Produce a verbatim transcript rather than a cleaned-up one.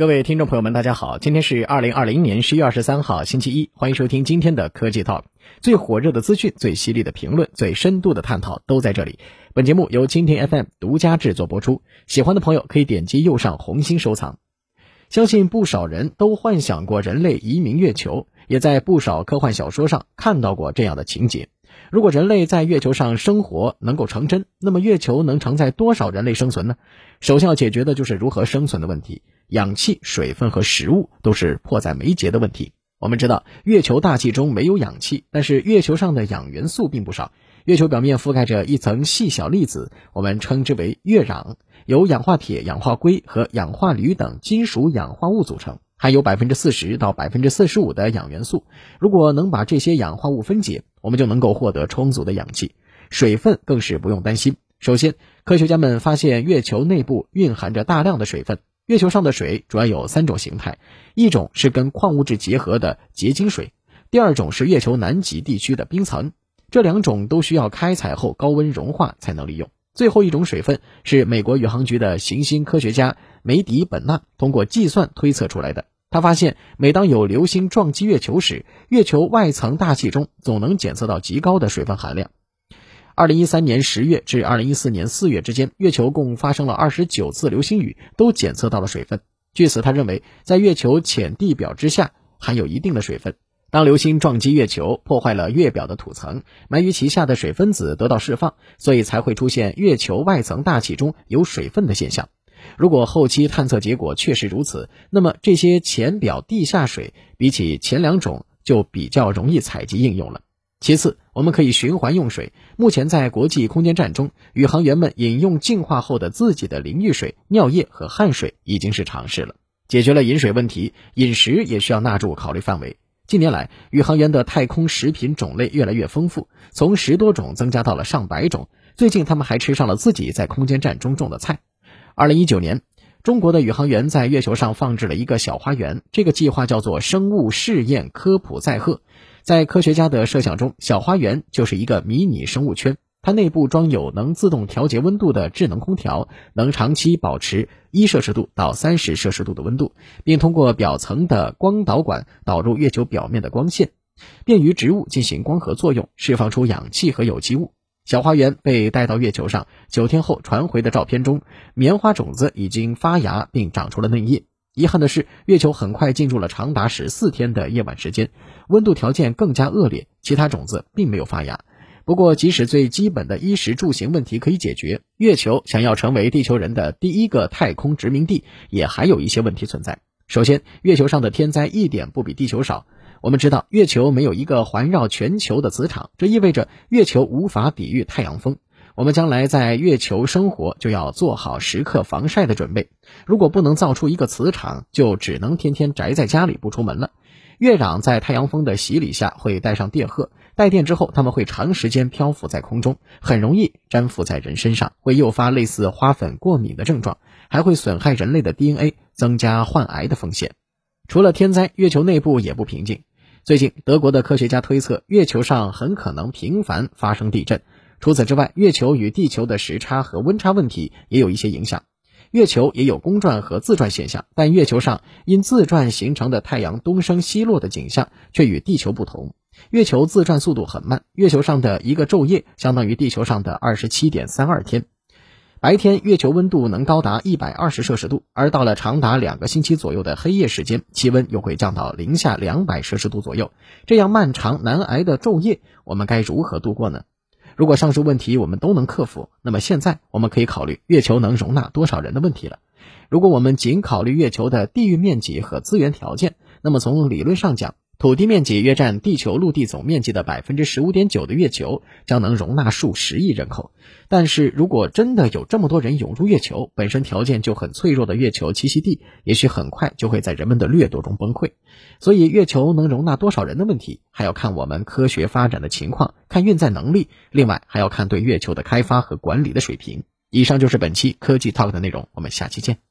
各位听众朋友们，大家好，今天是二零二零年十月二十三号星期一，欢迎收听今天的科技 Talk， 最火热的资讯，最犀利的评论，最深度的探讨都在这里。本节目由蜻蜓 F M 独家制作播出，喜欢的朋友可以点击右上红心收藏。相信不少人都幻想过人类移民月球，也在不少科幻小说上看到过这样的情节。如果人类在月球上生活能够成真，那么月球能承载多少人类生存呢？首先要解决的就是如何生存的问题，氧气、水分和食物都是迫在眉睫的问题。我们知道月球大气中没有氧气，但是月球上的氧元素并不少。月球表面覆盖着一层细小粒子，我们称之为月壤，由氧化铁、氧化硅和氧化铝等金属氧化物组成，含有 百分之四十 到 百分之四十五 的氧元素。如果能把这些氧化物分解，我们就能够获得充足的氧气。水分更是不用担心。首先，科学家们发现月球内部蕴含着大量的水分。月球上的水主要有三种形态，一种是跟矿物质结合的结晶水，第二种是月球南极地区的冰层，这两种都需要开采后高温融化才能利用。最后一种水分是美国宇航局的行星科学家梅迪本纳通过计算推测出来的。他发现每当有流星撞击月球时，月球外层大气中总能检测到极高的水分含量。二零一三年十月至二零一四年四月之间，月球共发生了二十九次流星雨，都检测到了水分。据此，他认为在月球浅地表之下含有一定的水分。当流星撞击月球，破坏了月表的土层，埋于其下的水分子得到释放，所以才会出现月球外层大气中有水分的现象。如果后期探测结果确实如此，那么这些浅表地下水比起前两种就比较容易采集应用了。其次，我们可以循环用水。目前在国际空间站中，宇航员们饮用净化后的自己的淋浴水、尿液和汗水已经是常事了。解决了饮水问题，饮食也需要纳入考虑范围。近年来，宇航员的太空食品种类越来越丰富，从十多种增加到了上百种。最近他们还吃上了自己在空间站中种的菜。二零一九年，中国的宇航员在月球上放置了一个小花园，这个计划叫做生物试验科普载荷。在科学家的设想中，小花园就是一个迷你生物圈，它内部装有能自动调节温度的智能空调，能长期保持一摄氏度到三十摄氏度的温度，并通过表层的光导管导入月球表面的光线，便于植物进行光合作用，释放出氧气和有机物。小花园被带到月球上，九天后传回的照片中，棉花种子已经发芽并长出了嫩叶。遗憾的是，月球很快进入了长达十四天的夜晚时间，温度条件更加恶劣，其他种子并没有发芽。不过，即使最基本的衣食住行问题可以解决，月球想要成为地球人的第一个太空殖民地，也还有一些问题存在。首先，月球上的天灾一点不比地球少。我们知道，月球没有一个环绕全球的磁场，这意味着月球无法抵御太阳风。我们将来在月球生活，就要做好时刻防晒的准备。如果不能造出一个磁场，就只能天天宅在家里不出门了。月壤在太阳风的洗礼下会带上电荷，带电之后它们会长时间漂浮在空中，很容易粘附在人身上，会诱发类似花粉过敏的症状，还会损害人类的 D N A， 增加患癌的风险。除了天灾，月球内部也不平静。最近，德国的科学家推测，月球上很可能频繁发生地震。除此之外，月球与地球的时差和温差问题也有一些影响。月球也有公转和自转现象，但月球上因自转形成的太阳东升西落的景象却与地球不同。月球自转速度很慢，月球上的一个昼夜相当于地球上的 二十七点三二 天。白天月球温度能高达一百二十摄氏度，而到了长达两个星期左右的黑夜时间，气温又会降到零下两百摄氏度左右。这样漫长难挨的昼夜，我们该如何度过呢？如果上述问题我们都能克服，那么现在我们可以考虑月球能容纳多少人的问题了。如果我们仅考虑月球的地域面积和资源条件，那么从理论上讲，土地面积约占地球陆地总面积的 百分之十五点九 的月球将能容纳数十亿人口。但是如果真的有这么多人涌入月球，本身条件就很脆弱的月球栖息地也许很快就会在人们的掠夺中崩溃。所以月球能容纳多少人的问题，还要看我们科学发展的情况，看运载能力，另外还要看对月球的开发和管理的水平。以上就是本期科技 Talk 的内容，我们下期见。